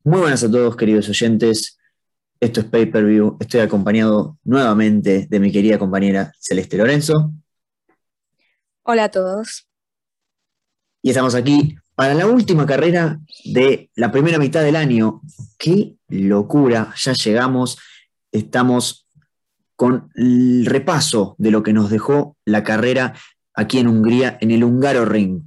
Muy buenas a todos, queridos oyentes. Esto es Pay Per View. Estoy acompañado nuevamente de mi querida compañera Celeste Lorenzo Hola a todos. y estamos aquí para la última carrera de la primera mitad del año. ¡Qué locura! Ya llegamos. Estamos con el repaso de lo que nos dejó la carrera aquí en Hungría, en el Hungaroring.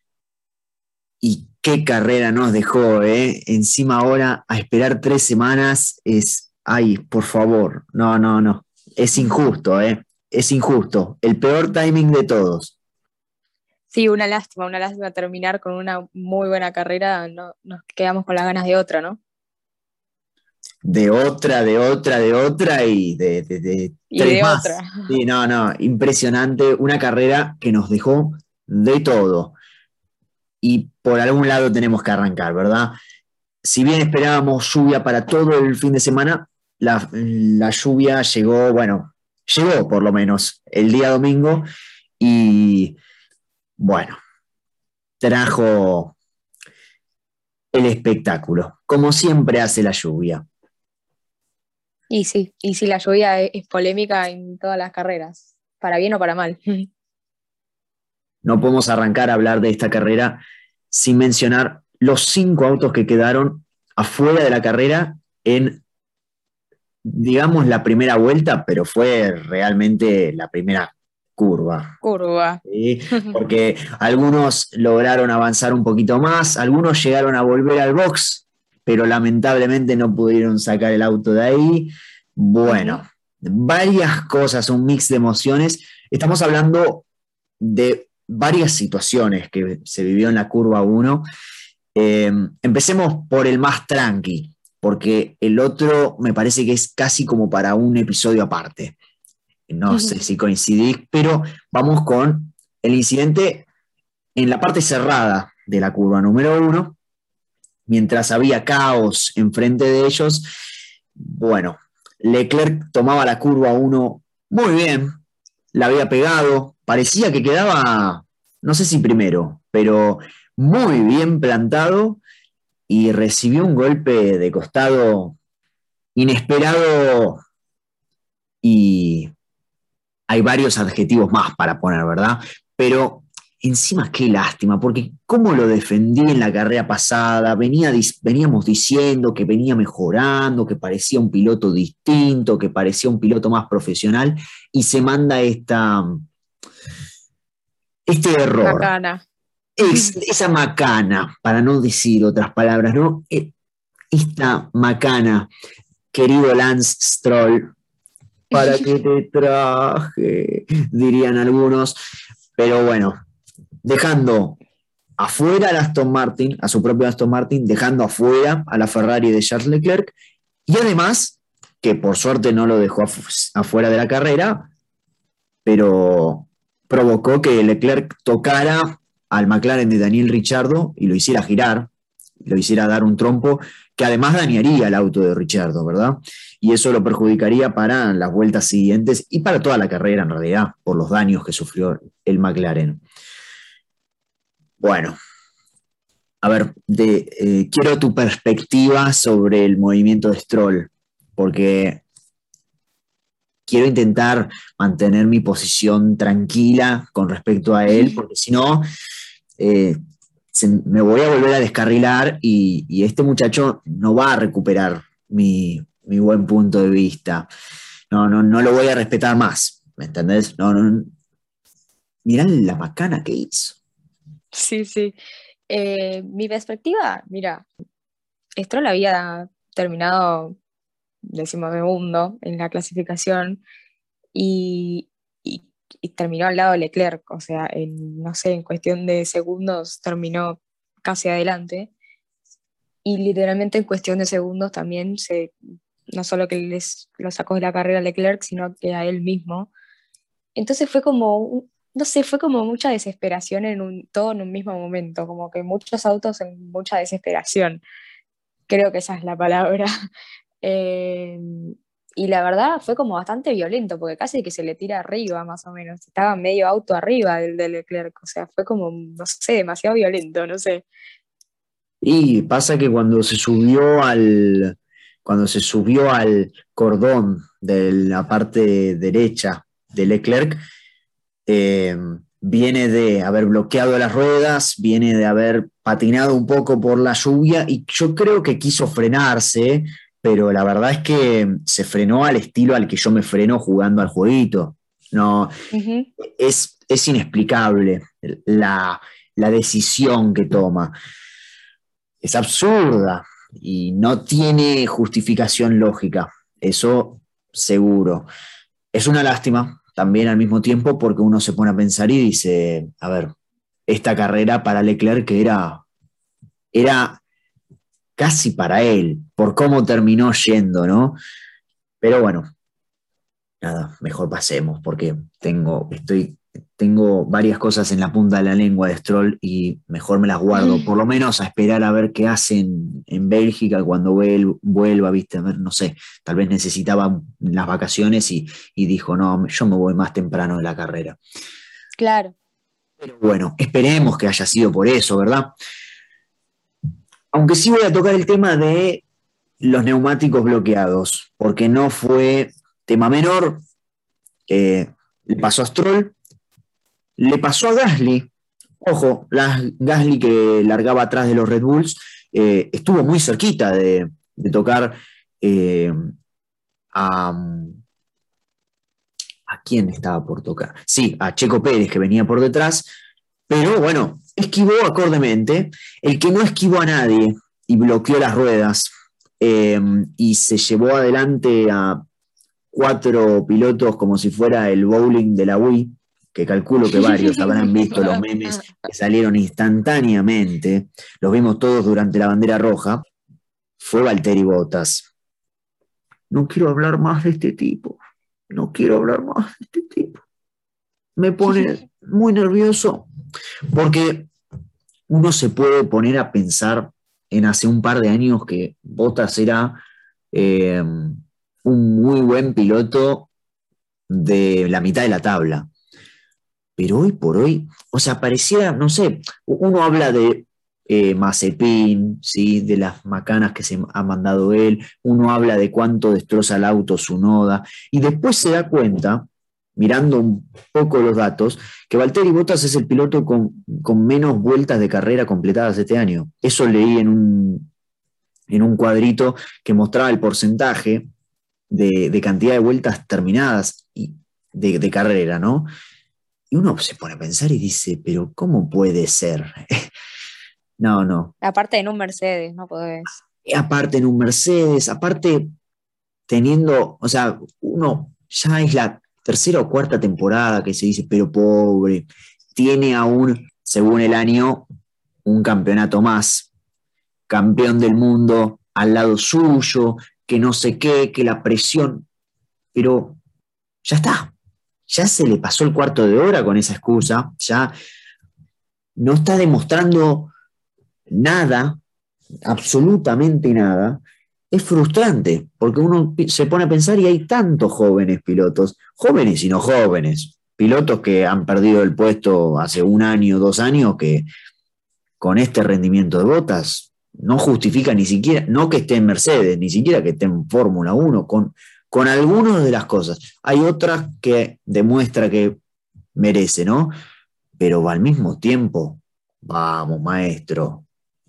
Y qué carrera nos dejó, ¿eh? Encima ahora a esperar 3 semanas es, ay, por favor, no, no, no, es injusto, ¿eh? Es injusto, el peor timing de todos. Sí, una lástima terminar con una muy buena carrera. No, nos quedamos con las ganas de otra, ¿no? De otra y de Y tres de otra. más. Sí, no, no, impresionante, una carrera que nos dejó de todo. Y por algún lado tenemos que arrancar, ¿verdad? Si bien esperábamos lluvia para todo el fin de semana, la lluvia llegó, bueno, llegó por lo menos el día domingo y bueno, trajo el espectáculo, como siempre hace la lluvia. Y sí, la lluvia es polémica en todas las carreras, para bien o para mal. No podemos arrancar a hablar de esta carrera sin mencionar los 5 autos que quedaron afuera de la carrera en, digamos, la primera vuelta, pero fue realmente la primera curva. Curva. ¿Sí? Porque algunos lograron avanzar un poquito más, algunos llegaron a volver al box, pero lamentablemente no pudieron sacar el auto de ahí. Ujú. Bueno, varias cosas, un mix de emociones. Estamos hablando de varias situaciones que se vivió en la curva uno. Empecemos por el más tranqui, porque el otro me parece que es casi como para un episodio aparte. No sé si coincidís, pero vamos con el incidente en la parte cerrada de la curva número uno, mientras había caos enfrente de ellos. Bueno, Leclerc tomaba la curva uno muy bien, la había pegado, parecía que quedaba, no sé si primero, pero muy bien plantado y recibió un golpe de costado inesperado y hay varios adjetivos más para poner, ¿verdad? Pero encima qué lástima, porque cómo lo defendí en la carrera pasada, veníamos diciendo que venía mejorando, que parecía un piloto distinto, que parecía un piloto más profesional, y se manda este error, Macana. esa macana, para no decir otras palabras, ¿no? Esta macana, querido Lance Stroll, ¿para qué te traje? Dirían algunos. Pero bueno, dejando afuera a Aston Martin, a su propio Aston Martin, dejando afuera a la Ferrari de Charles Leclerc, y además, que por suerte no lo dejó afuera de la carrera, pero provocó que Leclerc tocara al McLaren de Daniel Ricciardo y lo hiciera girar, lo hiciera dar un trompo, que además dañaría el auto de Ricciardo, ¿verdad? Y eso lo perjudicaría para las vueltas siguientes y para toda la carrera en realidad, por los daños que sufrió el McLaren. Bueno, a ver, quiero tu perspectiva sobre el movimiento de Stroll, porque quiero intentar mantener mi posición tranquila con respecto a él, porque si no, eh, me voy a volver a descarrilar y este muchacho no va a recuperar mi buen punto de vista. No, no, no lo voy a respetar más, ¿me entendés? No, no, mirá la macana que hizo. Sí, sí. Mi perspectiva, mira, Stroll había terminado decimosegundo en la clasificación y, y, y terminó al lado de Leclerc, o sea, no sé, en cuestión de segundos terminó casi adelante y literalmente en cuestión de segundos también no solo que lo sacó de la carrera a Leclerc, sino que a él mismo. Entonces fue como, no sé, fue como mucha desesperación todo en un mismo momento, como que muchos autos en mucha desesperación, creo que esa es la palabra. Eh, y la verdad fue como bastante violento, porque casi que se le tira arriba, más o menos. Estaba medio auto arriba del de Leclerc, o sea, fue como, no sé, demasiado violento, no sé. Y pasa que cuando se subió al cordón de la parte derecha de Leclerc, eh, viene de haber bloqueado las ruedas, viene de haber patinado un poco por la lluvia y yo creo que quiso frenarse, pero la verdad es que se frenó al estilo al que yo me freno jugando al jueguito. No, Ujú. es inexplicable la decisión que toma. Es absurda y no tiene justificación lógica, eso seguro. Es una lástima también al mismo tiempo porque uno se pone a pensar y dice, a ver, esta carrera para Leclerc que era casi para él, por cómo terminó yendo, ¿no? Pero bueno, nada, mejor pasemos porque tengo varias cosas en la punta de la lengua de Stroll y mejor me las guardo, por lo menos a esperar a ver qué hacen en Bélgica cuando vuelva, viste, a ver, no sé, tal vez necesitaba las vacaciones y dijo, no, yo me voy más temprano de la carrera. Claro. Pero bueno, esperemos que haya sido por eso, ¿verdad? Aunque sí voy a tocar el tema de los neumáticos bloqueados, porque no fue tema menor, le pasó a Stroll, le pasó a Gasly. Ojo, Gasly que largaba atrás de los Red Bulls, estuvo muy cerquita de tocar eh, a, ¿a quién estaba por tocar? Sí, a Checo Pérez que venía por detrás, pero bueno, esquivó acordemente. El que no esquivó a nadie y bloqueó las ruedas y se llevó adelante a 4 pilotos como si fuera el bowling de la Wii, que calculo que varios habrán visto los memes que salieron instantáneamente, los vimos todos durante la bandera roja, fue Valtteri Bottas. No quiero hablar más de este tipo, no quiero hablar más de este tipo. Me pone muy nervioso porque uno se puede poner a pensar en hace un par de años que Bottas era un muy buen piloto de la mitad de la tabla. Pero hoy por hoy, o sea, pareciera, no sé, uno habla de Mazepin, ¿sí? De las macanas que se ha mandado él, uno habla de cuánto destroza el auto Tsunoda, y después se da cuenta, mirando un poco los datos, que Valtteri Bottas es el piloto con menos vueltas de carrera completadas este año. Eso leí en un cuadrito que mostraba el porcentaje de cantidad de vueltas terminadas y de carrera, ¿no? Y uno se pone a pensar y dice, pero ¿cómo puede ser? No, no. Aparte en un Mercedes, no podés. Y aparte en un Mercedes, aparte teniendo, o sea, uno ya es la tercera o cuarta temporada que se dice, pero pobre, tiene aún, según el año, un campeonato más, campeón del mundo al lado suyo, que no sé qué, que la presión, pero ya está, ya se le pasó el cuarto de hora con esa excusa, ya no está demostrando nada, absolutamente nada, es frustrante, porque uno se pone a pensar y hay tantos jóvenes pilotos, jóvenes y no jóvenes, pilotos que han perdido el puesto hace un año, 2 años, que con este rendimiento de Botas no justifica ni siquiera, no que esté en Mercedes, ni siquiera que esté en Fórmula 1, con algunas de las cosas. Hay otras que demuestra que merece, ¿no? Pero al mismo tiempo, vamos, maestro.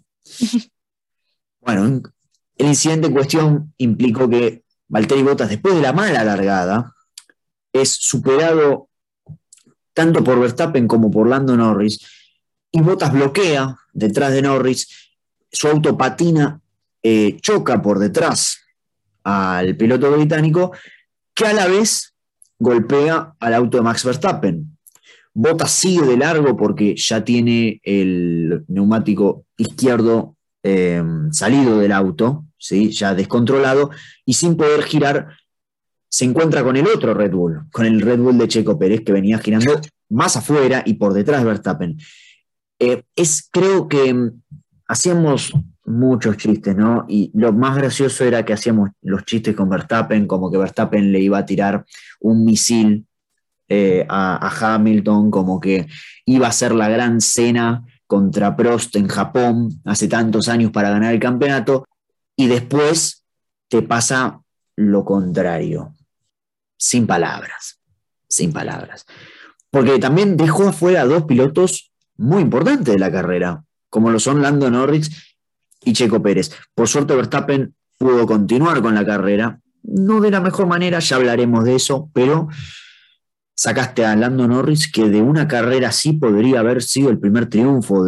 Bueno, el incidente en cuestión implicó que Valtteri Bottas, después de la mala largada, es superado tanto por Verstappen como por Lando Norris, y Bottas bloquea detrás de Norris, su auto patina, choca por detrás al piloto británico, que a la vez golpea al auto de Max Verstappen. Bottas sigue de largo porque ya tiene el neumático izquierdo salido del auto, ¿sí? Ya descontrolado, y sin poder girar, se encuentra con el otro Red Bull, con el Red Bull de Checo Pérez, que venía girando más afuera y por detrás de Verstappen. Creo que hacíamos muchos chistes, ¿no? Y lo más gracioso era que hacíamos los chistes con Verstappen, como que Verstappen le iba a tirar un misil a Hamilton, como que iba a ser la gran cena contra Prost en Japón hace tantos años para ganar el campeonato, y después te pasa lo contrario. Sin palabras, sin palabras. Porque también dejó afuera a dos pilotos muy importantes de la carrera, como lo son Lando Norris y Checo Pérez. Por suerte Verstappen pudo continuar con la carrera, no de la mejor manera, ya hablaremos de eso, pero sacaste a Lando Norris, que de una carrera así podría haber sido el primer triunfo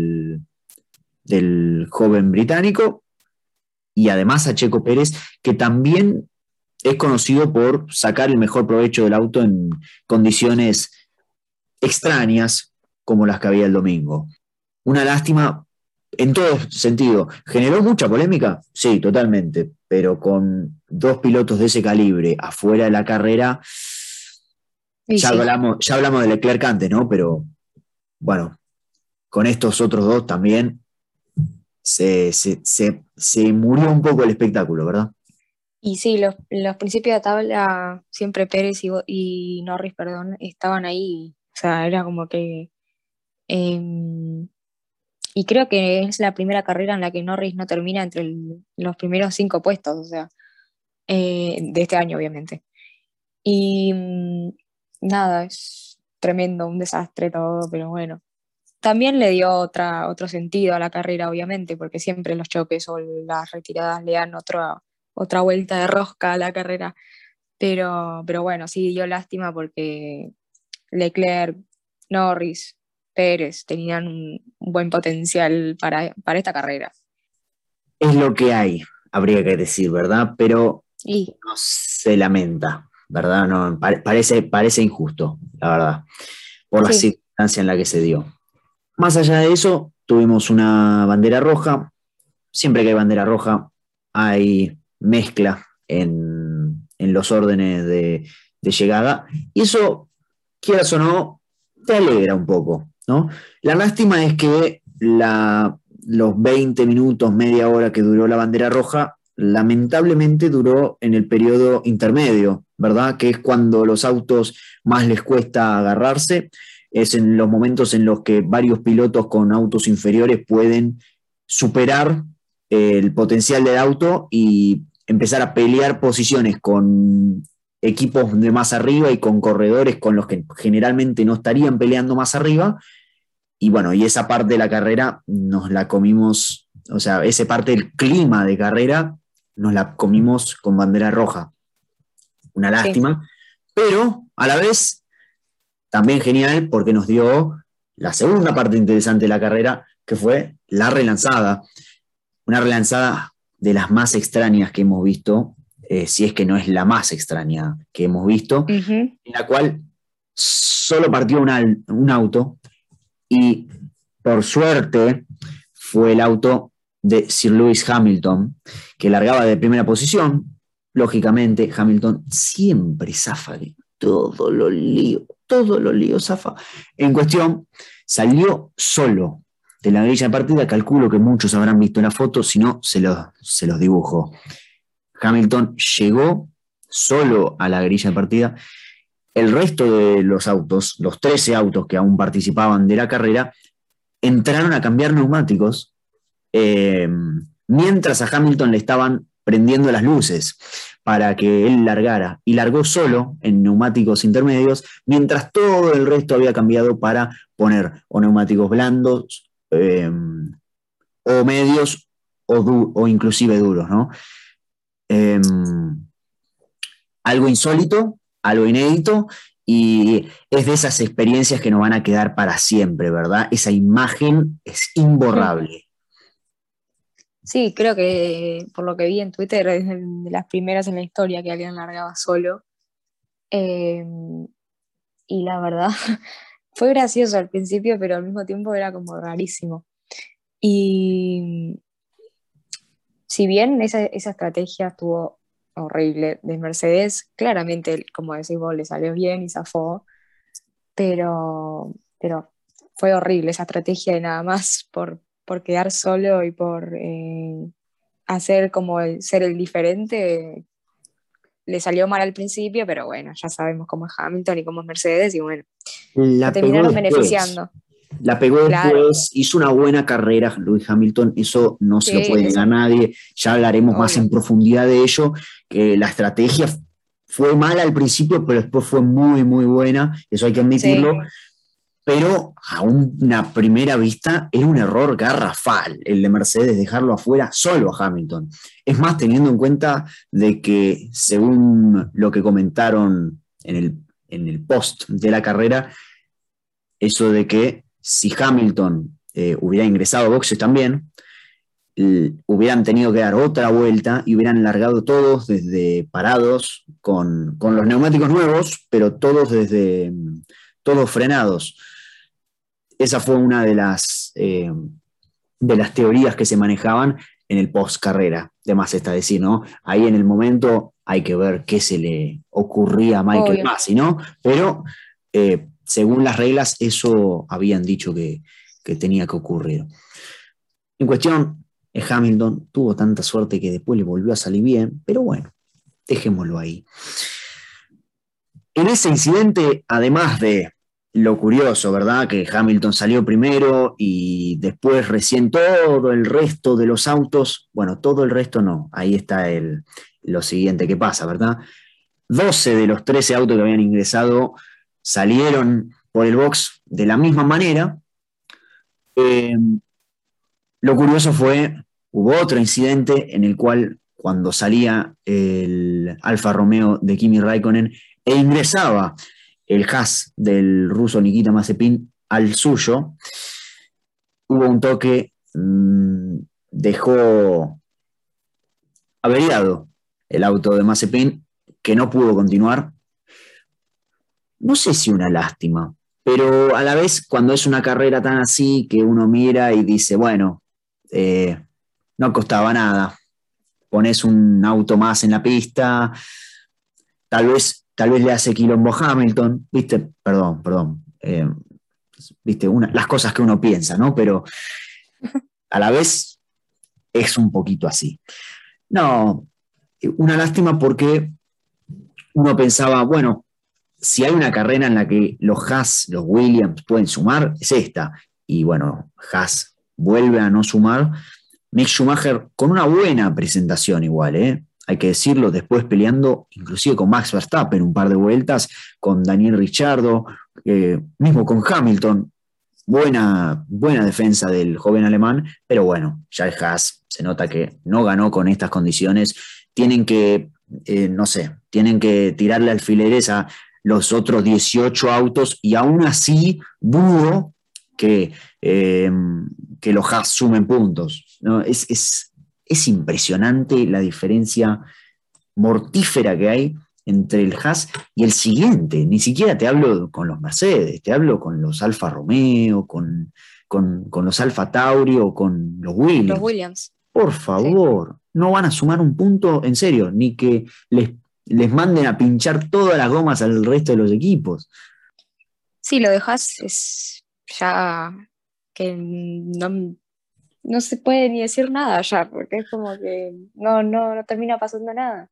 del joven británico, y además a Checo Pérez, que también es conocido por sacar el mejor provecho del auto en condiciones extrañas como las que había el domingo. Una lástima en todo sentido. ¿Generó mucha polémica? Sí, totalmente, pero con dos pilotos de ese calibre afuera de la carrera, Y sí, ya hablamos de Leclerc antes, ¿no? Pero bueno, con estos otros dos también se murió un poco el espectáculo, ¿verdad? y sí, los principios de tabla, siempre Pérez y Norris, perdón, estaban ahí. O sea, era como que... em, y creo que es la primera carrera en la que Norris no termina entre los primeros 5 puestos, o sea, de este año, obviamente. Y nada, es tremendo, un desastre todo, pero bueno. También le dio otro sentido a la carrera, obviamente, porque siempre los choques o las retiradas le dan otra vuelta de rosca a la carrera. Pero bueno, sí dio lástima porque Leclerc, Norris, Pérez tenían un buen potencial para esta carrera. Es lo que hay, habría que decir, ¿verdad? Pero Y no se lamenta, ¿verdad? No, parece injusto, la verdad, por la sí, circunstancia en la que se dio. Más allá de eso, tuvimos una bandera roja. Siempre que hay bandera roja, hay mezcla en los órdenes de llegada. Y eso, quieras o no, te alegra un poco, ¿no? La lástima es que los 20 minutos, media hora que duró la bandera roja, lamentablemente duró en el periodo intermedio, ¿verdad? Que es cuando los autos más les cuesta agarrarse, es en los momentos en los que varios pilotos con autos inferiores pueden superar el potencial del auto y empezar a pelear posiciones con equipos de más arriba y con corredores con los que generalmente no estarían peleando más arriba. Y bueno, y esa parte de la carrera nos la comimos, o sea, esa parte del clima de carrera nos la comimos con bandera roja. Una sí. lástima, pero a la vez también genial porque nos dio la segunda parte interesante de la carrera, que fue la relanzada. Una relanzada de las más extrañas que hemos visto, si es que no es la más extraña que hemos visto, Ujú. en la cual solo partió un auto y por suerte fue el auto de Sir Lewis Hamilton, que largaba de primera posición. Lógicamente, Hamilton siempre zafa de todo lo lío zafa. En cuestión, salió solo de la grilla de partida. Calculo que muchos habrán visto la foto, si no, se los dibujo. Hamilton llegó solo a la grilla de partida. El resto de los autos, los 13 autos que aún participaban de la carrera, entraron a cambiar neumáticos, eh, mientras a Hamilton le estaban prendiendo las luces para que él largara, y largó solo en neumáticos intermedios, mientras todo el resto había cambiado para poner o neumáticos blandos, o medios, o inclusive duros, ¿no? Eh, Algo insólito, algo inédito, y es de esas experiencias que nos van a quedar para siempre, ¿verdad? Esa imagen es imborrable. Sí, creo que por lo que vi en Twitter es de las primeras en la historia que alguien largaba solo. Eh, y la verdad, fue gracioso al principio, pero al mismo tiempo era como rarísimo. Y si bien esa estrategia estuvo horrible de Mercedes, claramente, como decís vos, le salió bien y zafó, pero fue horrible esa estrategia de nada más por quedar solo y por hacer como ser el diferente. Le salió mal al principio, pero bueno, ya sabemos cómo es Hamilton y cómo es Mercedes, y bueno, se La pegó terminaron después. beneficiando. La pegó Claro, después, hizo una buena carrera Lewis Hamilton, eso no se lo sí, puede sí, negar a sí, nadie, ya hablaremos más obvio. en profundidad de ello, que la estrategia fue mala al principio, pero después fue muy, muy buena, eso hay que admitirlo, Sí, pero a una primera vista era un error garrafal el de Mercedes dejarlo afuera solo a Hamilton. Es más, teniendo en cuenta de que, según lo que comentaron en el post de la carrera, eso de que si Hamilton hubiera ingresado a boxes también, hubieran tenido que dar otra vuelta y hubieran largado todos desde parados con los neumáticos nuevos, pero todos frenados. Esa fue una de las teorías que se manejaban en el post carrera, de más está decir, ¿no? Ahí en el momento hay que ver qué se le ocurría a Michael obvio. Masi, ¿no? Pero según las reglas, eso habían dicho que tenía que ocurrir. En cuestión, Hamilton tuvo tanta suerte que después le volvió a salir bien, pero bueno, dejémoslo ahí. En ese incidente, además de lo curioso, ¿verdad? Que Hamilton salió primero y después recién todo el resto de los autos, bueno, todo el resto no, ahí está lo siguiente que pasa, ¿verdad? 12 de los 13 autos que habían ingresado salieron por el box de la misma manera. Eh, lo curioso hubo otro incidente en el cual cuando salía el Alfa Romeo de Kimi Raikkonen e ingresaba el Haas del ruso Nikita Mazepin al suyo, hubo un toque, dejó averiado el auto de Mazepin, que no pudo continuar. No sé si una lástima, pero a la vez cuando es una carrera tan así que uno mira y dice, bueno, eh, no costaba nada, pones un auto más en la pista, tal vez le hace quilombo a Hamilton, viste, perdón, viste, las cosas que uno piensa, ¿no? Pero a la vez es un poquito así. No, una lástima porque uno pensaba, bueno, si hay una carrera en la que los Haas, los Williams pueden sumar, es esta. Y bueno, Haas vuelve a no sumar. Mick Schumacher con una buena presentación igual, ¿eh? Hay que decirlo, después peleando inclusive con Max Verstappen un par de vueltas, con Daniel Ricciardo, mismo con Hamilton. Buena defensa del joven alemán, pero bueno, ya el Haas se nota que no ganó con estas condiciones. Tienen que, no sé, tienen que tirarle alfileres a los otros 18 autos y aún así dudo que, eh, que los Haas sumen puntos, ¿no? Es impresionante la diferencia mortífera que hay entre el Haas y el siguiente. Ni siquiera te hablo con los Mercedes, te hablo con los Alfa Romeo, con los Alfa Tauri o con los Los Williams. Williams, Por sí. favor, no van a sumar un punto en serio, ni que les manden a pinchar todas las gomas al resto de los equipos. Sí, lo dejas es ya que no se puede ni decir nada ya, porque es como que no termina pasando nada.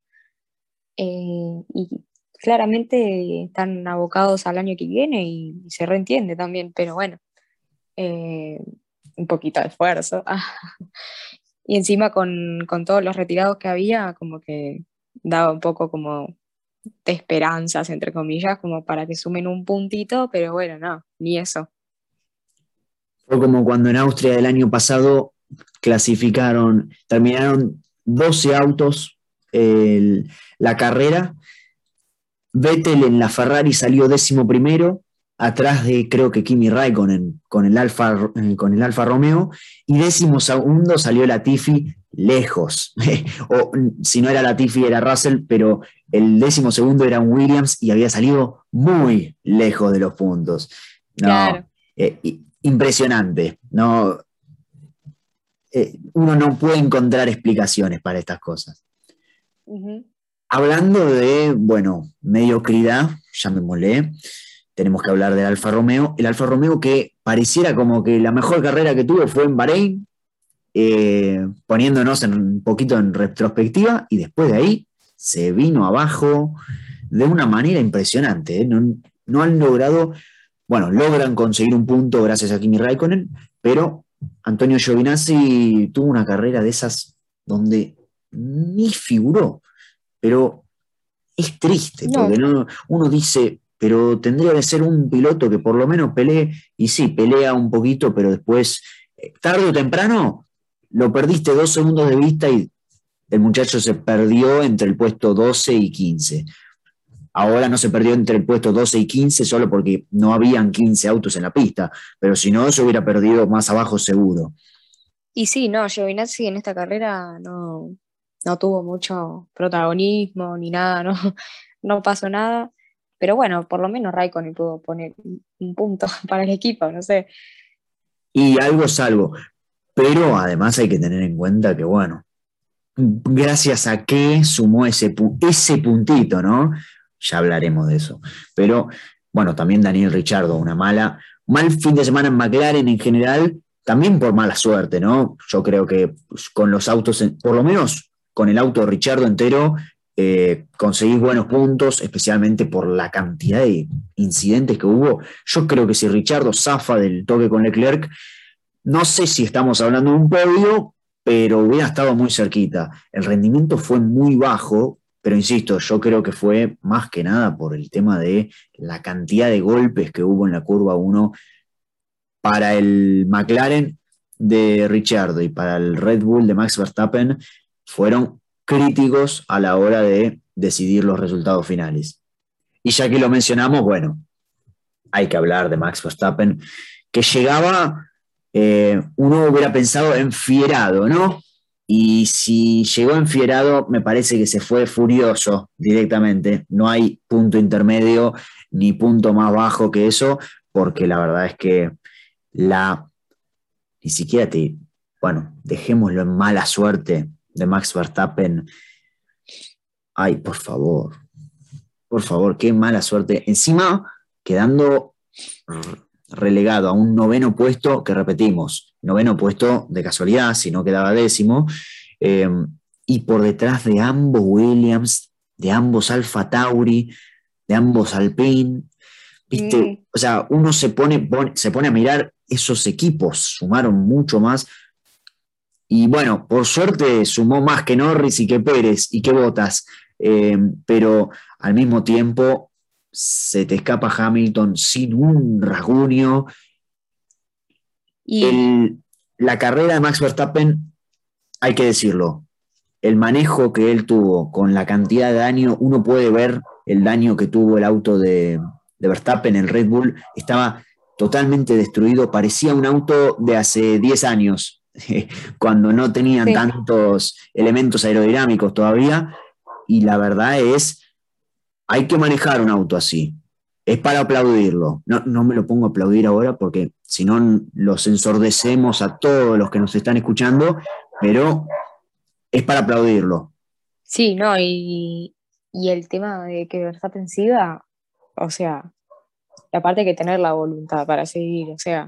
Y claramente están abocados al año que viene y se reentiende también, pero bueno, eh, un poquito de esfuerzo. Y encima con todos los retirados que había, como que daba un poco como de esperanzas, entre comillas, como para que sumen un puntito, pero bueno, no, ni eso. Fue como cuando en Austria del año pasado terminaron 12 autos la carrera. Vettel en la Ferrari salió 11º, atrás de creo que Kimi Raikkonen con el Alfa Romeo, y 12º salió Latifi lejos. O si no era Latifi era Russell, pero el 12º era un Williams y había salido muy lejos de los puntos. No, Claro. impresionante. No, uno no puede encontrar explicaciones para estas cosas. Ujú. Hablando de, bueno, mediocridad, llamémosle, tenemos que hablar del Alfa Romeo. El Alfa Romeo que pareciera como que la mejor carrera que tuvo fue en Bahrein, poniéndonos un poquito en retrospectiva, y después de ahí se vino abajo de una manera impresionante. ¿Eh? No han logrado bueno, logran conseguir un punto gracias a Kimi Raikkonen, pero Antonio Giovinazzi tuvo una carrera de esas donde ni figuró, pero es triste, porque No, no, uno dice, pero tendría que ser un piloto que por lo menos pelee, y sí, pelea un poquito, pero después, tarde o temprano, lo perdiste 2 segundos de vista y el muchacho se perdió entre el puesto 12 y 15. Ahora no se perdió entre el puesto 12 y 15 solo porque no habían 15 autos en la pista, pero si no, se hubiera perdido más abajo seguro. y sí, no, Giovinazzi en esta carrera no tuvo mucho protagonismo ni nada, no, no pasó nada. Pero bueno, por lo menos Raikkonen pudo poner un punto para el equipo, no sé. Y algo es algo, pero además hay que tener en cuenta que, bueno, gracias a qué sumó ese puntito, ¿no? Ya hablaremos de eso. Pero bueno, también Daniel Ricciardo, mal fin de semana en McLaren en general, también por mala suerte, ¿no? Yo creo que pues, con los autos, por lo menos con el auto de Ricciardo entero, conseguís buenos puntos, especialmente por la cantidad de incidentes que hubo. Yo creo que si Ricciardo zafa del toque con Leclerc, no sé si estamos hablando de un podio, pero hubiera estado muy cerquita. El rendimiento fue muy bajo, pero insisto, yo creo que fue más que nada por el tema de la cantidad de golpes que hubo en la curva uno para el McLaren de Ricciardo y para el Red Bull de Max Verstappen fueron críticos a la hora de decidir los resultados finales. Y ya que lo mencionamos, bueno, hay que hablar de Max Verstappen, que llegaba, uno hubiera pensado enfierado, ¿no? Y si llegó enfierado, me parece que se fue furioso directamente. No hay punto intermedio ni punto más bajo que eso, porque la verdad es que la, ni siquiera te, bueno, dejémoslo en mala suerte de Max Verstappen. Ay, por favor, qué mala suerte. Encima, quedando relegado a un noveno puesto, que repetimos, noveno puesto de casualidad, si no quedaba décimo, eh, y por detrás de ambos Williams, de ambos Alfa Tauri, de ambos Alpine, ¿viste? Mm, O sea, uno se pone a mirar esos equipos, sumaron mucho más, y bueno, por suerte sumó más que Norris y que Pérez y que Bottas, pero al mismo tiempo se te escapa Hamilton sin un rasguño. y El, la carrera de Max Verstappen, hay que decirlo, el manejo que él tuvo con la cantidad de daño, uno puede ver el daño que tuvo el auto de Verstappen, el Red Bull, estaba totalmente destruido, parecía un auto de hace 10 años, cuando no tenían sí, tantos elementos aerodinámicos todavía, y la verdad es, hay que manejar un auto así. Es para aplaudirlo. No, no me lo pongo a aplaudir ahora porque si no los ensordecemos a todos los que nos están escuchando, pero es para aplaudirlo. sí, no, y el tema de que Verstappen siga, o sea, y aparte hay que tener la voluntad para seguir,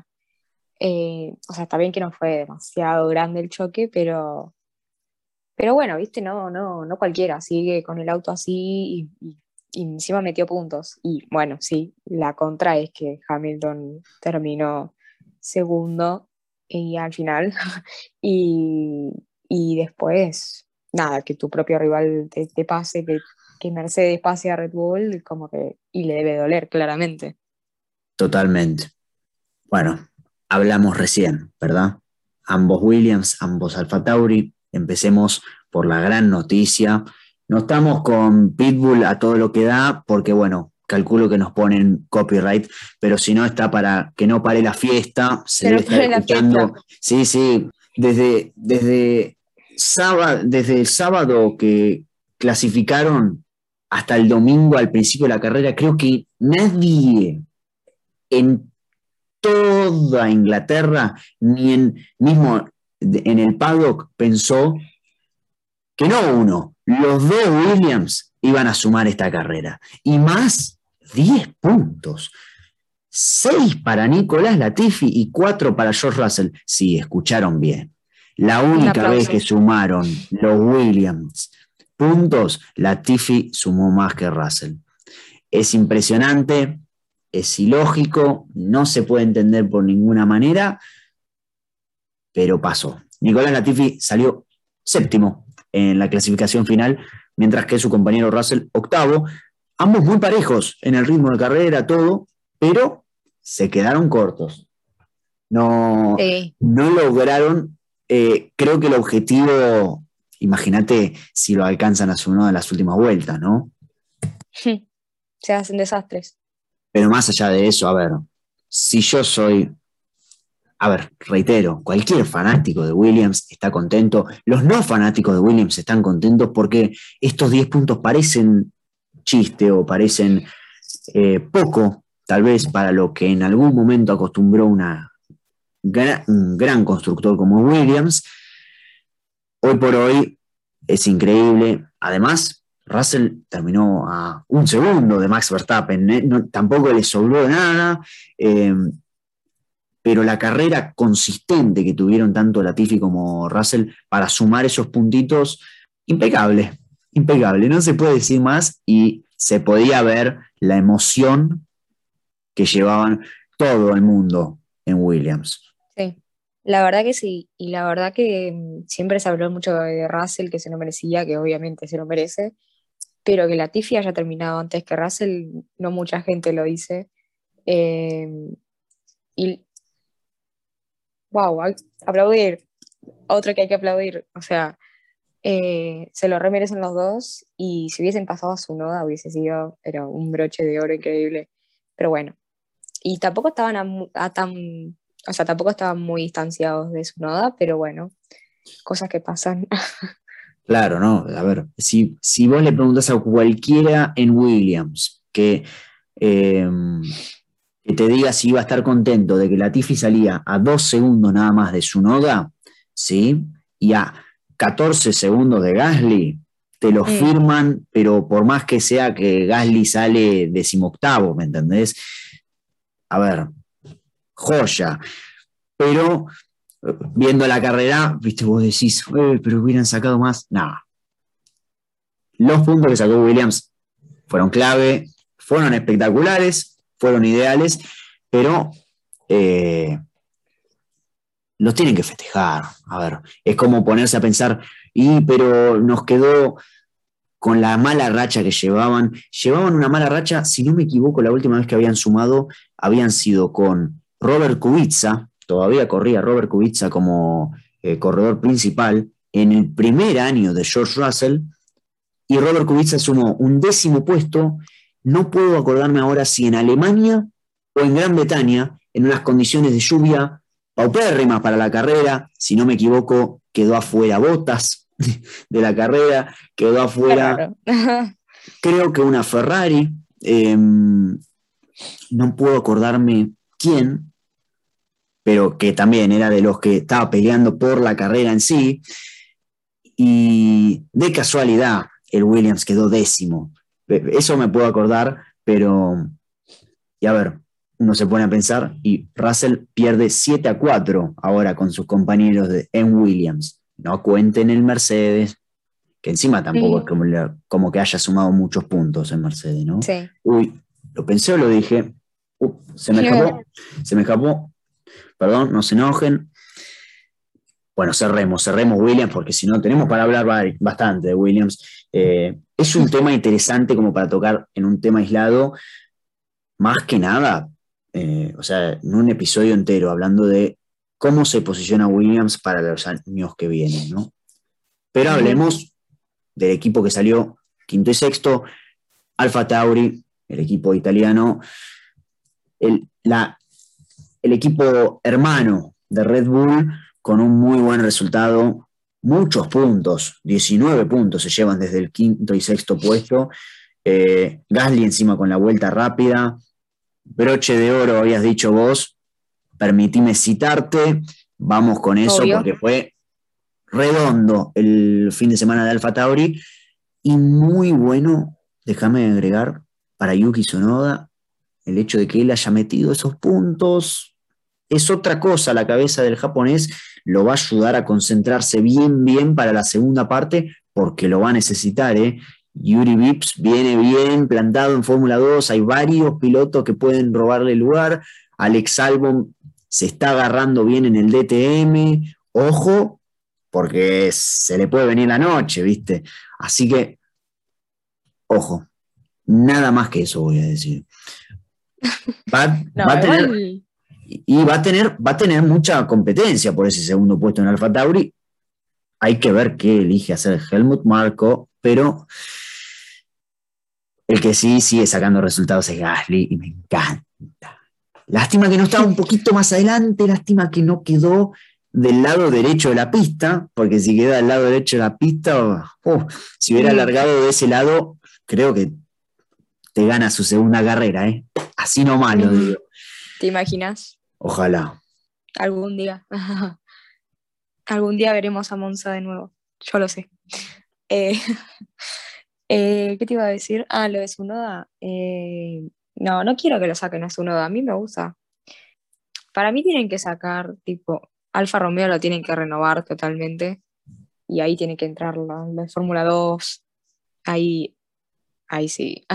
o sea, está bien que no fue demasiado grande el choque, pero bueno, viste, no cualquiera sigue con el auto así y encima metió puntos. Y bueno, sí, la contra es que Hamilton terminó segundo y al final, y, y después, nada, que tu propio rival te pase, que Mercedes pase a Red Bull, como que, y le debe doler, claramente. Totalmente. Bueno, hablamos recién, ¿verdad? Ambos Williams, ambos Alfa Tauri. Empecemos por la gran noticia. No estamos con Pitbull a todo lo que da, porque bueno, calculo que nos ponen copyright, pero si no está para que no pare la fiesta, se Que debe no estar pare la escuchando. fiesta. Sí, sí, desde el sábado que clasificaron hasta el domingo al principio de la carrera, creo que nadie en toda Inglaterra, ni mismo en el paddock pensó que no uno, los dos Williams iban a sumar esta carrera. Y más 10 puntos. 6 para Nicolás Latifi y 4 para George Russell. Sí, escucharon bien. La Un única vez que aplauso. sumaron los Williams puntos, Latifi sumó más que Russell. Es impresionante, es ilógico, no se puede entender por ninguna manera, pero pasó. Nicolás Latifi salió séptimo en la clasificación final, mientras que su compañero Russell octavo, ambos muy parejos en el ritmo de carrera, todo, pero se quedaron cortos. No, Sí. no lograron, creo que el objetivo, imagínate si lo alcanzan a su una de las últimas vueltas, ¿no? Se hacen desastres. Pero más allá de eso, a ver, si yo soy, a ver, reitero, cualquier fanático de Williams está contento, los no fanáticos de Williams están contentos porque estos 10 puntos parecen chiste o parecen poco, tal vez para lo que en algún momento acostumbró un gran constructor como Williams. Hoy por hoy es increíble. Además, Russell terminó a un segundo de Max Verstappen, ¿eh? No, tampoco le sobró nada, pero la carrera consistente que tuvieron tanto Latifi como Russell para sumar esos puntitos, impecable, impecable. No se puede decir más y se podía ver la emoción que llevaban todo el mundo en Williams. Sí. La verdad que sí. Y la verdad que siempre se habló mucho de Russell, que se lo merecía, que obviamente se lo merece, pero que Latifi haya terminado antes que Russell, no mucha gente lo dice. Eh, y wow, aplaudir, otro que hay que aplaudir. O sea, se lo remerecen los dos y si hubiesen pasado a su noda hubiese sido pero un broche de oro increíble. Pero bueno, y tampoco estaban a tan, o sea, tampoco estaban muy distanciados de su noda, pero bueno, cosas que pasan. Claro, ¿no? A ver, si vos le preguntas a cualquiera en Williams eh, que te diga si iba a estar contento de que Latifi salía a 2 segundos nada más de su noda, ¿sí? Y a 14 segundos de Gasly, te lo Mm, firman, pero por más que sea que Gasly sale 18º, ¿me entendés? A ver, joya. Pero viendo la carrera, viste, vos decís, pero hubieran sacado más. Nada. Los puntos que sacó Williams fueron clave, fueron espectaculares, fueron ideales, pero los tienen que festejar. A ver, es como ponerse a pensar, pero nos quedó con la mala racha que llevaban. Llevaban una mala racha, si no me equivoco, la última vez que habían sumado habían sido con Robert Kubica, todavía corría Robert Kubica como corredor principal, en el primer año de George Russell, y Robert Kubica sumó un 10º puesto, no puedo acordarme ahora si en Alemania o en Gran Bretaña, en unas condiciones de lluvia paupérrimas para la carrera, si no me equivoco, quedó afuera Bottas de la carrera, quedó qué afuera, raro. creo que una Ferrari, no puedo acordarme quién, pero que también era de los que estaba peleando por la carrera en sí, y de casualidad el Williams quedó 10º. Eso me puedo acordar, pero, y a ver, uno se pone a pensar y Russell pierde 7-4 ahora con sus compañeros en Williams. No cuenten el Mercedes, que encima tampoco es Mm, como que haya sumado muchos puntos en Mercedes, ¿no? sí. Uy, lo pensé o lo dije. Se me escapó, perdón, no se enojen. Bueno, cerremos Williams, porque si no tenemos para hablar bastante de Williams. Es un tema interesante como para tocar en un tema aislado, más que nada, o sea, en un episodio entero, hablando de cómo se posiciona Williams para los años que vienen, ¿no? Pero Ujú. hablemos del equipo que salió quinto y sexto, Alfa Tauri, el equipo italiano, el, la, el equipo hermano de Red Bull con un muy buen resultado, muchos puntos, 19 puntos se llevan desde el quinto y sexto puesto. Gasly encima con la vuelta rápida, broche de oro habías dicho vos, permitime citarte, vamos con eso Obvio. porque fue redondo el fin de semana de Alfa Tauri y muy bueno, déjame agregar, para Yuki Tsunoda, el hecho de que él haya metido esos puntos es otra cosa. La cabeza del japonés lo va a ayudar a concentrarse bien, bien para la segunda parte, porque lo va a necesitar, ¿eh? Yuri Vips viene bien plantado en Fórmula 2, hay varios pilotos que pueden robarle el lugar, Alex Albon se está agarrando bien en el DTM, ojo, porque se le puede venir la noche, ¿viste? Así que, ojo, nada más que eso voy a decir. Va No, a tener, igual. y va a tener mucha competencia por ese segundo puesto en Alfa Tauri. Hay que ver qué elige hacer Helmut Marko, pero el que sí sigue sacando resultados es Gasly y me encanta. Lástima que no estaba un poquito más adelante, lástima que no quedó del lado derecho de la pista, porque si queda del lado derecho de la pista, si hubiera alargado de ese lado, creo que te gana su segunda carrera, ¿eh? Así nomás lo digo. ¿Te imaginas? Ojalá. Algún día. Algún día veremos a Monza de nuevo. Yo lo sé. Eh, ¿Qué te iba a decir? Ah, lo de Tsunoda. No, no quiero que lo saquen a Tsunoda. A mí me gusta. Para mí tienen que sacar, tipo, Alfa Romeo lo tienen que renovar totalmente. Y ahí tiene que entrar la Fórmula 2. Ahí, ahí sí.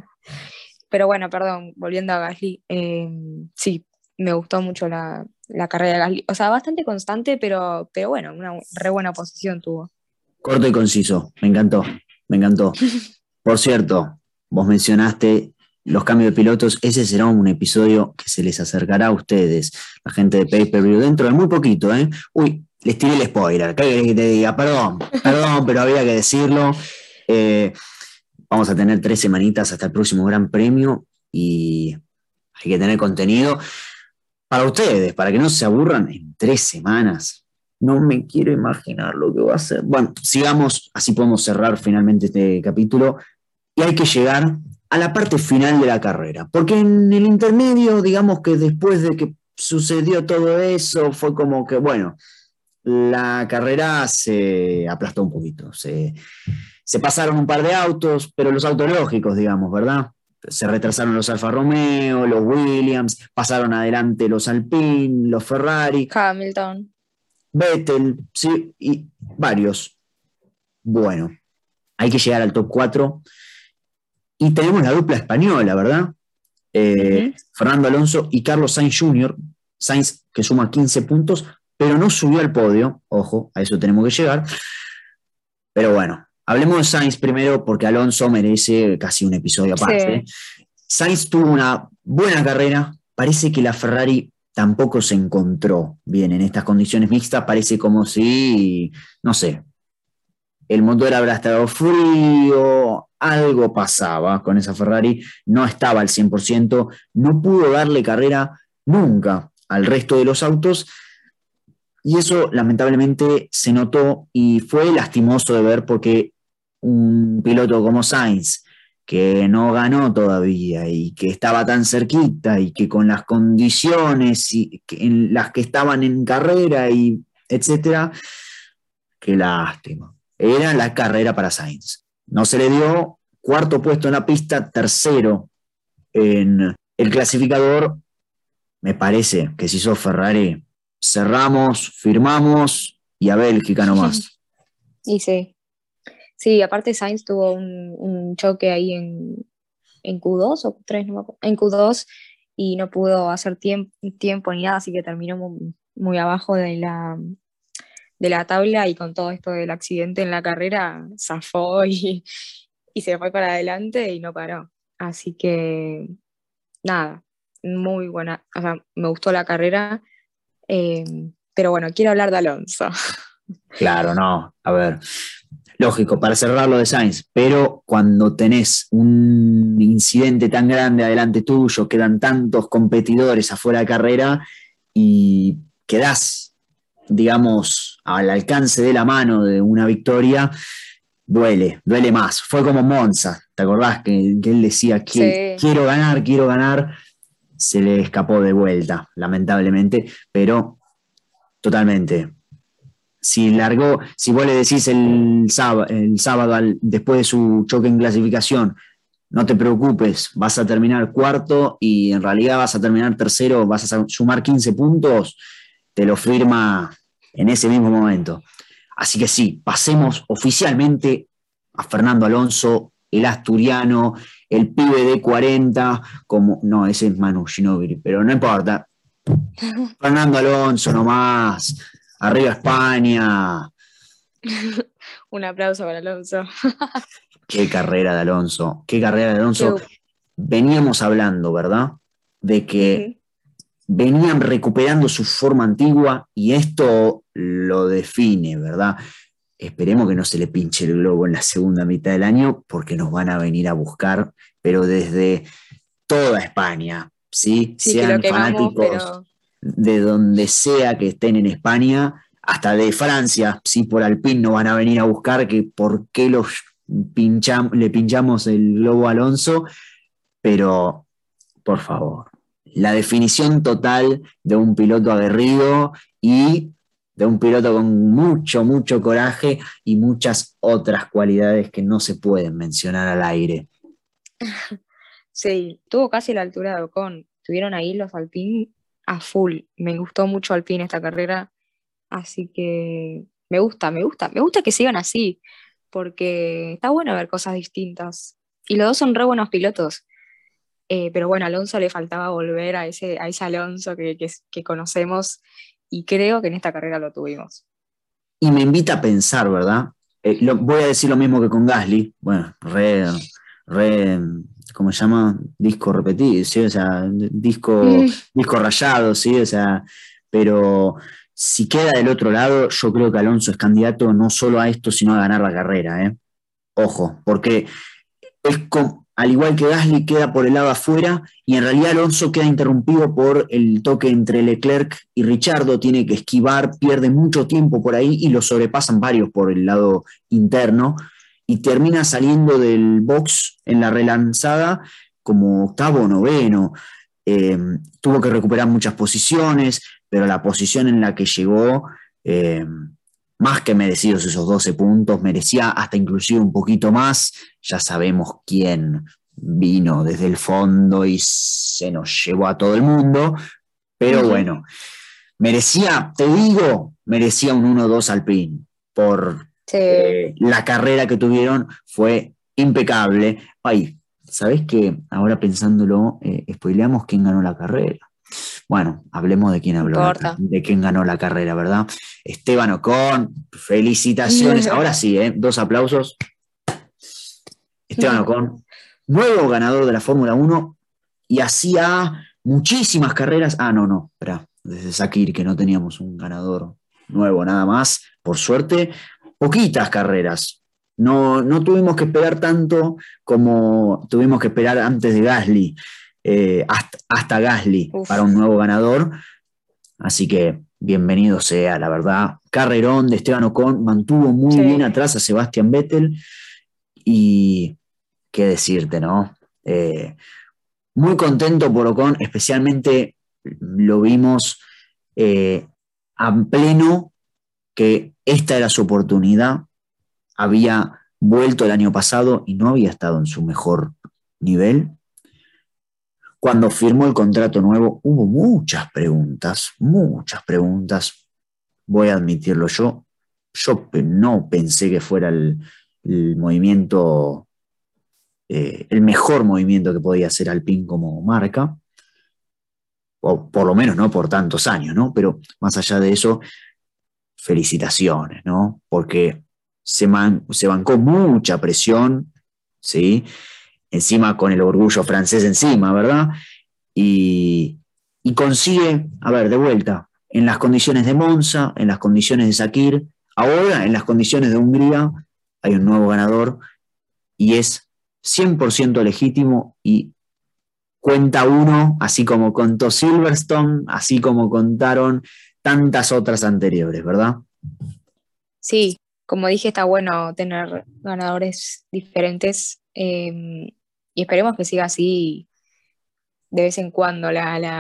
Pero bueno, perdón, volviendo a Gasly. Sí, me gustó mucho la carrera de Gasly. O sea, bastante constante, pero bueno, una re buena posición tuvo. Corto y conciso, me encantó, me encantó. Por cierto, vos mencionaste los cambios de pilotos, ese será un episodio que se les acercará a ustedes, la gente de Pay Per View, dentro de muy poquito, ¿eh? Uy, les tiré el spoiler, ¿qué querés que te diga? Perdón, pero había que decirlo. Eh, Vamos a tener 3 semanitas hasta el próximo Gran Premio y hay que tener contenido para ustedes, para que no se aburran en 3 semanas. No me quiero imaginar lo que va a ser. Bueno, sigamos, así podemos cerrar finalmente este capítulo. Y hay que llegar a la parte final de la carrera, porque en el intermedio, digamos que después de que sucedió todo eso, fue como que, bueno, la carrera se aplastó un poquito, se pasaron un par de autos, pero los autos lógicos, digamos, ¿verdad? Se retrasaron los Alfa Romeo, los Williams, pasaron adelante los Alpine, los Ferrari, Hamilton. Vettel, sí, y varios. Bueno, hay que llegar al top 4 y tenemos la dupla española, ¿verdad? Fernando Alonso y Carlos Sainz Jr., Sainz que suma 15 puntos, pero no subió al podio, ojo, a eso tenemos que llegar. Pero bueno, hablemos de Sainz primero porque Alonso merece casi un episodio aparte. Sí. Sainz tuvo una buena carrera, parece que la Ferrari tampoco se encontró bien en estas condiciones mixtas, parece como si, no sé, el motor habrá estado frío, algo pasaba con esa Ferrari, no estaba al 100%, no pudo darle carrera nunca al resto de los autos y eso lamentablemente se notó y fue lastimoso de ver porque un piloto como Sainz, que no ganó todavía y que estaba tan cerquita y que con las condiciones en las que estaban en carrera y etcétera, qué lástima. Era la carrera para Sainz. No se le dio cuarto puesto en la pista, tercero en el clasificador. Me parece que si sos Ferrari, cerramos, firmamos y a Bélgica nomás. Y sí. Sí, aparte Sainz tuvo un choque ahí en Q2 o Q3, no me acuerdo, en Q2 y no pudo hacer tiempo ni nada, así que terminó muy abajo de la tabla y con todo esto del accidente en la carrera zafó y se fue para adelante y no paró. Así que nada, muy buena, o sea, me gustó la carrera, eh, pero bueno, quiero hablar de Alonso. Claro, no. A ver, lógico, para cerrar lo de Sainz, pero cuando tenés un incidente tan grande adelante tuyo, quedan tantos competidores afuera de carrera y quedás, digamos, al alcance de la mano de una victoria, duele más. Fue como Monza, ¿te acordás que él decía que Sí, quiero ganar? Se le escapó de vuelta, lamentablemente, pero totalmente si vos le decís el sábado después de su choque en clasificación, no te preocupes, vas a terminar cuarto y en realidad vas a terminar tercero, vas a sumar 15 puntos, te lo firma en ese mismo momento. Así que sí, pasemos oficialmente a Fernando Alonso el asturiano, el pibe de 40, como, no, ese es Manu Ginóbili, pero no importa. Fernando Alonso nomás, arriba España. Un aplauso para Alonso. Qué carrera de Alonso, qué carrera de Alonso. Qué- Veníamos hablando, ¿verdad? De que Ujú. venían recuperando su forma antigua y esto lo define, ¿verdad? Esperemos que no se le pinche el globo en la segunda mitad del año porque nos van a venir a buscar, pero desde toda España, ¿sí? Sí, que lo Sean quemamos, fanáticos pero de donde sea que estén en España, hasta de Francia, si por Alpine nos van a venir a buscar, que por qué le pinchamos el globo a Alonso, pero por favor, la definición total de un piloto aguerrido y de un piloto con mucho, mucho coraje y muchas otras cualidades que no se pueden mencionar al aire. sí, tuvo casi la altura de Ocon. Tuvieron ahí los Alpine a full. Me gustó mucho Alpine esta carrera, así que me gusta que sigan así, porque está bueno ver cosas distintas. Y los dos son re buenos pilotos. Pero bueno, a Alonso le faltaba volver a ese Alonso que conocemos y creo que en esta carrera lo tuvimos. Y me invita a pensar, ¿verdad? Voy a decir lo mismo que con Gasly, bueno, re, ¿cómo se llama? Disco repetido, ¿sí? O sea, disco rayado, ¿sí? O sea, pero si queda del otro lado, yo creo que Alonso es candidato no solo a esto, sino a ganar la carrera, ¿eh? Ojo, porque al igual que Gasly queda por el lado afuera y en realidad Alonso queda interrumpido por el toque entre Leclerc y Richardo, tiene que esquivar, pierde mucho tiempo por ahí y lo sobrepasan varios por el lado interno y termina saliendo del box en la relanzada como octavo o noveno. Eh, Tuvo que recuperar muchas posiciones, pero la posición en la que llegó, eh, más que merecidos esos 12 puntos, merecía hasta inclusive un poquito más. Ya sabemos quién vino desde el fondo y se nos llevó a todo el mundo, pero bueno, merecía, te digo, merecía un 1-2 Alpine por Sí, la carrera que tuvieron, fue impecable. Ay, ¿sabés qué? Ahora pensándolo, spoileamos quién ganó la carrera. Bueno, hablemos de quién no importa. de quién ganó la carrera, ¿verdad? Esteban Ocon, felicitaciones. Ahora sí, ¿eh? Dos aplausos. Esteban Ocon, nuevo ganador de la Fórmula Uno y hacía muchísimas carreras. Ah, no, no, espera, desde Sakir que no teníamos un ganador nuevo nada más. Por suerte, poquitas carreras. No, no tuvimos que esperar tanto como tuvimos que esperar antes de Gasly, hasta Gasly para un Uf, nuevo ganador. Así que bienvenido sea, la verdad. Carrerón de Esteban Ocon mantuvo muy bien sí, atrás a Sebastian Vettel y qué decirte, ¿no? Muy contento por Ocon, especialmente lo vimos a pleno que esta era su oportunidad. Había vuelto el año pasado y no había estado en su mejor nivel. Cuando firmó el contrato nuevo hubo muchas preguntas, voy a admitirlo yo. Yo no pensé que fuera el movimiento, el mejor movimiento que podía hacer Alpine como marca, o por lo menos no por tantos años, ¿no? Pero más allá de eso, felicitaciones, ¿no? Porque se bancó mucha presión, ¿sí? Encima con el orgullo francés encima, ¿verdad? Y, y consigue, a ver, de vuelta, en las condiciones de Monza, en las condiciones de Sakir, ahora en las condiciones de Hungría, hay un nuevo ganador y es 100% legítimo y cuenta uno, así como contó Silverstone, así como contaron tantas otras anteriores, ¿verdad? sí, como dije, está bueno tener ganadores diferentes y esperemos que siga así de vez en cuando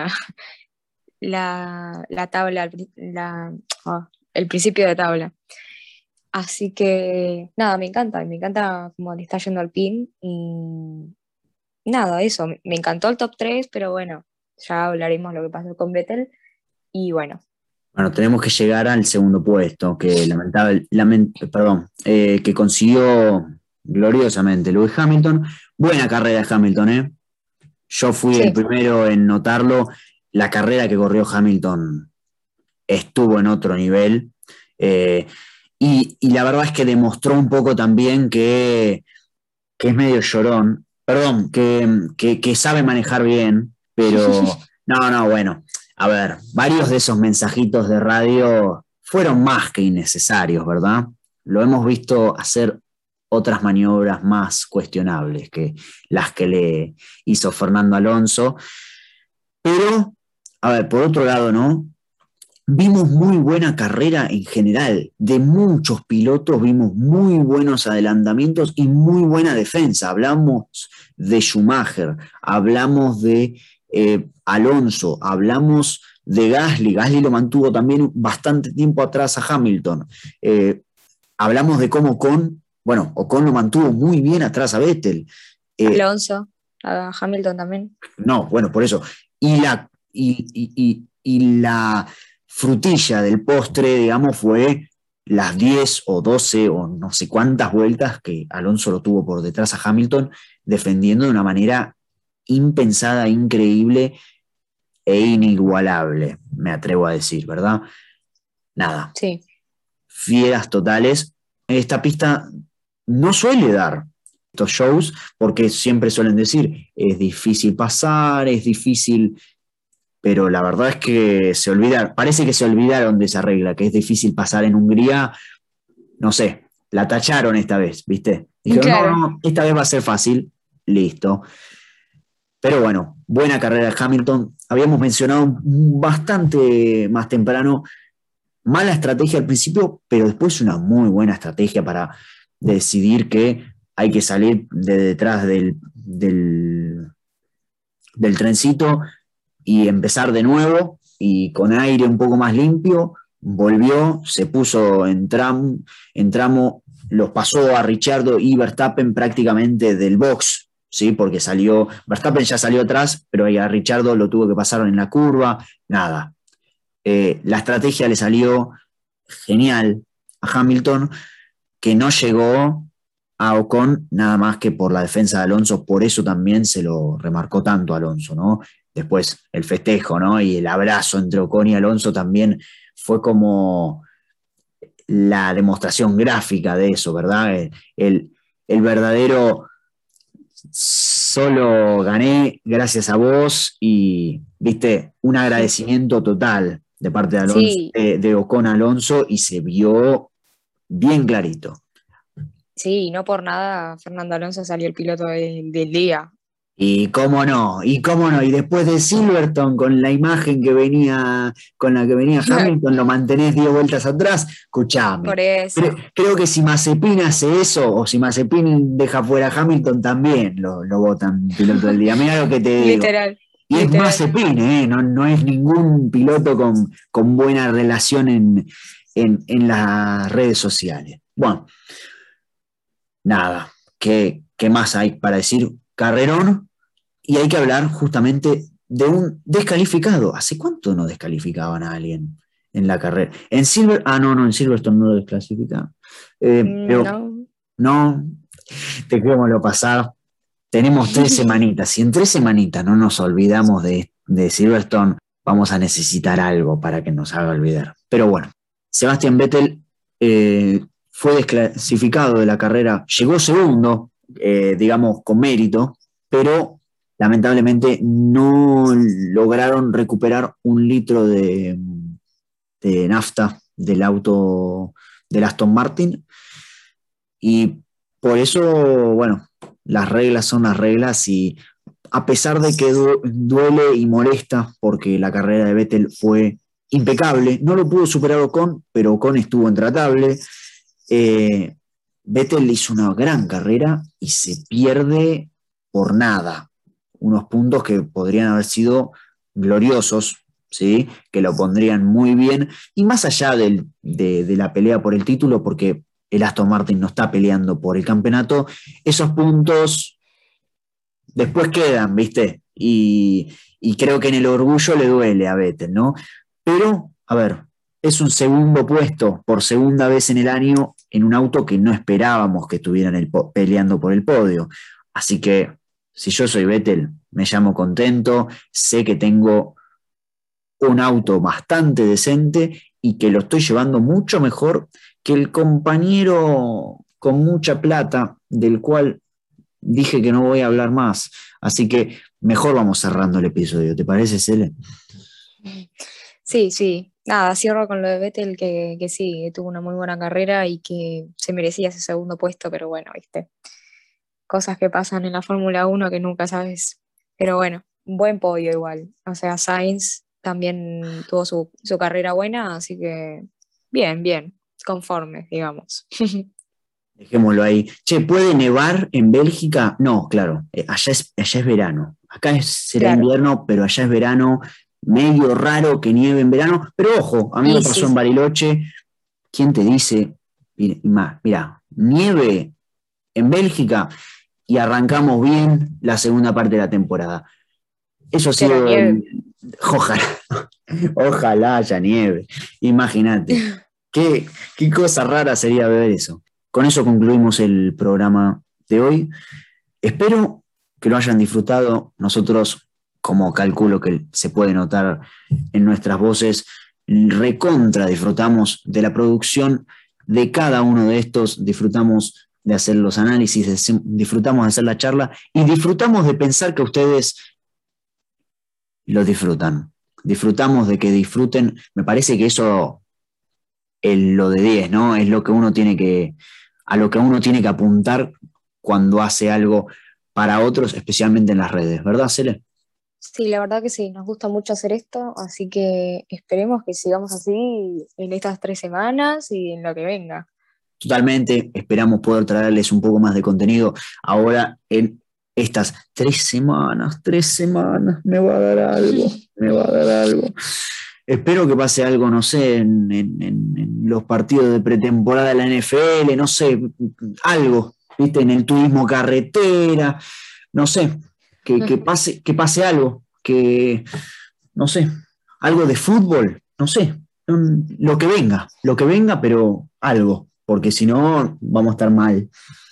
la tabla, el principio de tabla. Así que nada, me encanta cómo le está yendo al pin y nada, eso, me encantó el top 3 pero bueno, ya hablaremos lo que pasó con Vettel y bueno, Bueno, tenemos que llegar al segundo puesto, que que consiguió gloriosamente. Lewis Hamilton, buena carrera de Hamilton, ¿eh? Yo fui el Sí, primero en notarlo. La carrera que corrió Hamilton estuvo en otro nivel. Eh, y la verdad es que demostró un poco también que es medio llorón, perdón, que sabe manejar bien, pero no, bueno, a ver, varios de esos mensajitos de radio fueron más que innecesarios, ¿verdad? Lo hemos visto hacer otras maniobras más cuestionables que las que le hizo Fernando Alonso, pero, a ver, por otro lado, ¿no? Vimos muy buena carrera en general, de muchos pilotos, vimos muy buenos adelantamientos y muy buena defensa. Hablamos de Schumacher, hablamos de Alonso, hablamos de Gasly. Gasly lo mantuvo también bastante tiempo atrás a Hamilton. Hablamos de cómo Ocon lo mantuvo muy bien atrás a Vettel. Eh, Alonso, a Hamilton también. no, bueno, por eso. Y la frutilla del postre, digamos, fue las 10 o 12 o no sé cuántas vueltas que Alonso lo tuvo por detrás a Hamilton, defendiendo de una manera impensada, increíble e inigualable, me atrevo a decir, ¿verdad? Nada, Sí, fieras totales. Esta pista no suele dar estos shows porque siempre suelen decir, es difícil pasar, es difícil, pero la verdad es que parece que se olvidaron de esa regla, que es difícil pasar en Hungría, no sé, la tacharon esta vez, ¿viste? Dijeron, no, claro. no, esta vez va a ser fácil, listo. Pero bueno, buena carrera de Hamilton. Habíamos mencionado bastante más temprano, mala estrategia al principio, pero después una muy buena estrategia para decidir que hay que salir de detrás del trencito y empezar de nuevo y con aire un poco más limpio, volvió, se puso en tramo, los pasó a Ricciardo y Verstappen prácticamente del box, ¿sí? Porque Verstappen ya salió atrás, pero ahí a Ricciardo lo tuvo que pasar en la curva, nada. La estrategia le salió genial a Hamilton, que no llegó a Ocon nada más que por la defensa de Alonso, por eso también se lo remarcó tanto Alonso, ¿no? Después el festejo, ¿no? Y el abrazo entre Ocon y Alonso también fue como la demostración gráfica de eso, ¿verdad? El verdadero solo gané gracias a vos y, viste, un agradecimiento total de parte de Alonso, Sí, de Ocon a Alonso y se vio bien clarito. sí, no por nada Fernando Alonso salió el piloto del día. Y cómo no, y después de Silverstone con la imagen con la que venía Hamilton, lo mantenés 10 vueltas atrás, escuchame. Por eso, Creo que si Mazepin hace eso, o si Mazepin deja fuera a Hamilton, también lo votan piloto del día. Mira lo que te digo. literal, Y es literal. Mazepin, ¿eh? No es ningún piloto con buena relación en las redes sociales. Bueno, nada, ¿qué más hay para decir? Carrerón, y hay que hablar justamente de un descalificado. ¿Hace cuánto no descalificaban a alguien en la carrera? No, en Silverstone no lo desclasificaban. Pero No. no, dejémoslo pasar. Tenemos 3 semanitas. Si en 3 semanitas no nos olvidamos de Silverstone, vamos a necesitar algo para que nos haga olvidar. Pero bueno, Sebastian Vettel fue desclasificado de la carrera, llegó segundo, digamos, con mérito, pero lamentablemente no lograron recuperar 1 litro de nafta del auto del Aston Martin y por eso, bueno, las reglas son las reglas y a pesar de que duele y molesta porque la carrera de Vettel fue impecable, no lo pudo superar Ocon, pero Ocon estuvo intratable. Eh, Vettel hizo una gran carrera y se pierde por nada. Unos puntos que podrían haber sido gloriosos, ¿sí? Que lo pondrían muy bien. Y más allá de la pelea por el título, porque el Aston Martin no está peleando por el campeonato, esos puntos después quedan, ¿viste? Y creo que en el orgullo le duele a Vettel, ¿no? Pero, a ver, es un segundo puesto por segunda vez en el año en un auto que no esperábamos que estuvieran peleando por el podio. Así que si yo soy Vettel, me llamo contento, sé que tengo un auto bastante decente y que lo estoy llevando mucho mejor que el compañero con mucha plata, del cual dije que no voy a hablar más. Así que mejor vamos cerrando el episodio. ¿Te parece, Cele? Sí, sí. Nada, cierro con lo de Vettel, que sí, que tuvo una muy buena carrera y que se merecía ese segundo puesto, pero bueno, viste, cosas que pasan en la Fórmula 1 que nunca sabes. Pero bueno, buen podio igual. O sea, Sainz también tuvo su carrera buena, así que bien, bien, conforme, digamos. Dejémoslo ahí. Che, ¿puede nevar en Bélgica? No, claro, allá es verano. Será Claro. invierno, pero allá es verano, medio raro que nieve en verano. Pero ojo, a mí me Y pasó sí, en sí. Bariloche. ¿Quién te dice? Mira, nieve en Bélgica y arrancamos bien la segunda parte de la temporada. Eso ha Pero sido nieve. Ojalá, ojalá haya nieve. Imagínate. Qué cosa rara sería ver eso. Con eso concluimos el programa de hoy. Espero que lo hayan disfrutado. Nosotros, como calculo que se puede notar en nuestras voces, recontra disfrutamos de la producción de cada uno de estos, disfrutamos de hacer los análisis, disfrutamos de hacer la charla y disfrutamos de pensar que ustedes lo disfrutan. Disfrutamos de que disfruten. Me parece que eso es lo de 10, ¿no? Es lo que uno tiene a lo que uno tiene que apuntar cuando hace algo para otros, especialmente en las redes, ¿verdad, Cele? Sí, la verdad que sí, nos gusta mucho hacer esto, así que esperemos que sigamos así en estas 3 semanas y en lo que venga. Totalmente, esperamos poder traerles un poco más de contenido ahora en estas 3 semanas, me va a dar algo, me va a dar algo. Espero que pase algo, no sé, en los partidos de pretemporada de la NFL, no sé, algo, ¿viste? En el turismo carretera, no sé, que pase algo, no sé, algo de fútbol, no sé, lo que venga, pero algo, porque si no, vamos a estar mal.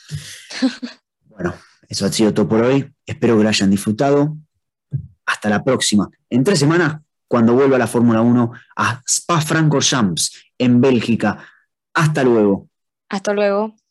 Bueno, eso ha sido todo por hoy. Espero que lo hayan disfrutado. Hasta la próxima. En 3 semanas, cuando vuelva a la Fórmula 1 a Spa-Francorchamps, en Bélgica. Hasta luego. Hasta luego.